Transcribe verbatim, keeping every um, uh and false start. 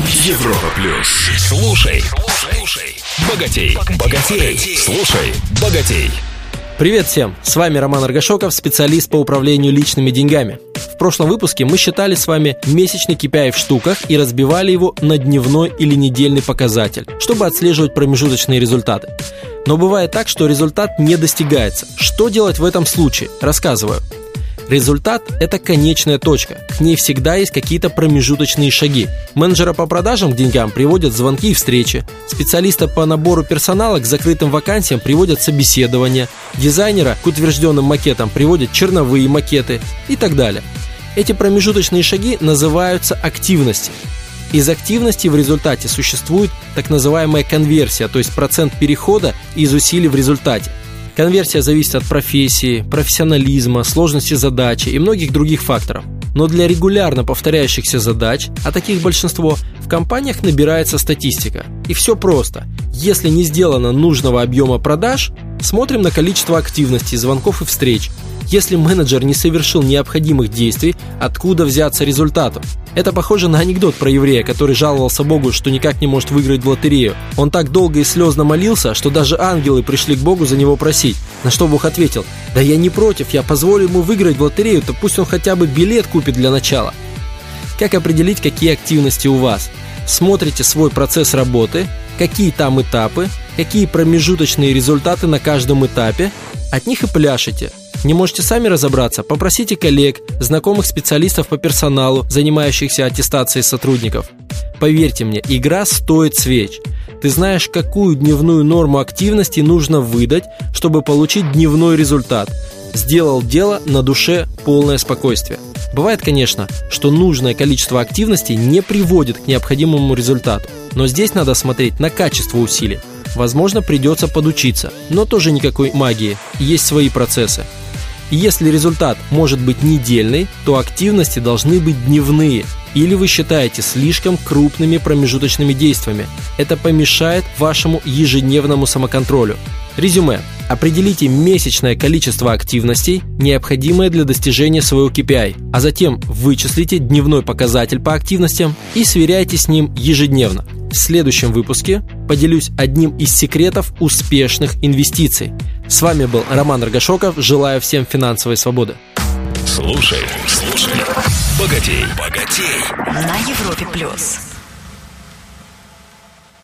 Европа плюс. Слушай, слушай, богатей, богатей, слушай, богатей. Привет всем, с вами Роман Аргашоков, специалист по управлению личными деньгами. В прошлом выпуске мы считали с вами месячный кей пи ай в штуках и разбивали его на дневной или недельный показатель, чтобы отслеживать промежуточные результаты. Но бывает так, что результат не достигается. Что делать в этом случае? Рассказываю. Результат – это конечная точка. К ней всегда есть какие-то промежуточные шаги. Менеджера по продажам к деньгам приводят звонки и встречи. Специалиста по набору персонала к закрытым вакансиям приводят собеседования. Дизайнера к утвержденным макетам приводят черновые макеты и так далее. Эти промежуточные шаги называются активности. Из активности в результате существует так называемая конверсия, то есть процент перехода из усилий в результате. Конверсия зависит от профессии, профессионализма, сложности задачи и многих других факторов. Но для регулярно повторяющихся задач, а таких большинство, в компаниях набирается статистика. И все просто. Если не сделано нужного объема продаж, смотрим на количество активностей, звонков и встреч. Если менеджер не совершил необходимых действий, откуда взяться результату? Это похоже на анекдот про еврея, который жаловался Богу, что никак не может выиграть в лотерею. Он так долго и слезно молился, что даже ангелы пришли к Богу за него просить. На что Бог ответил: «Да я не против, я позволю ему выиграть в лотерею, то пусть он хотя бы билет купит для начала». Как определить, какие активности у вас? Смотрите свой процесс работы, какие там этапы, какие промежуточные результаты на каждом этапе, от них и пляшете. Не можете сами разобраться? Попросите коллег, знакомых специалистов по персоналу, занимающихся аттестацией сотрудников. Поверьте мне, игра стоит свеч. Ты знаешь, какую дневную норму активности нужно выдать, чтобы получить дневной результат. Сделал дело, на душе полное спокойствие. Бывает, конечно, что нужное количество активности не приводит к необходимому результату. Но здесь надо смотреть на качество усилий. Возможно, придется подучиться, но тоже никакой магии, есть свои процессы. И если результат может быть недельный, то активности должны быть дневные. Или вы считаете слишком крупными промежуточными действиями. Это помешает вашему ежедневному самоконтролю. Резюме. Определите месячное количество активностей, необходимое для достижения своего кей пи ай, а затем вычислите дневной показатель по активностям и сверяйте с ним ежедневно. В следующем выпуске поделюсь одним из секретов успешных инвестиций. С вами был Роман Аргашоков. Желаю всем финансовой свободы. Слушай, слушай, богатей, богатей. На Европе плюс.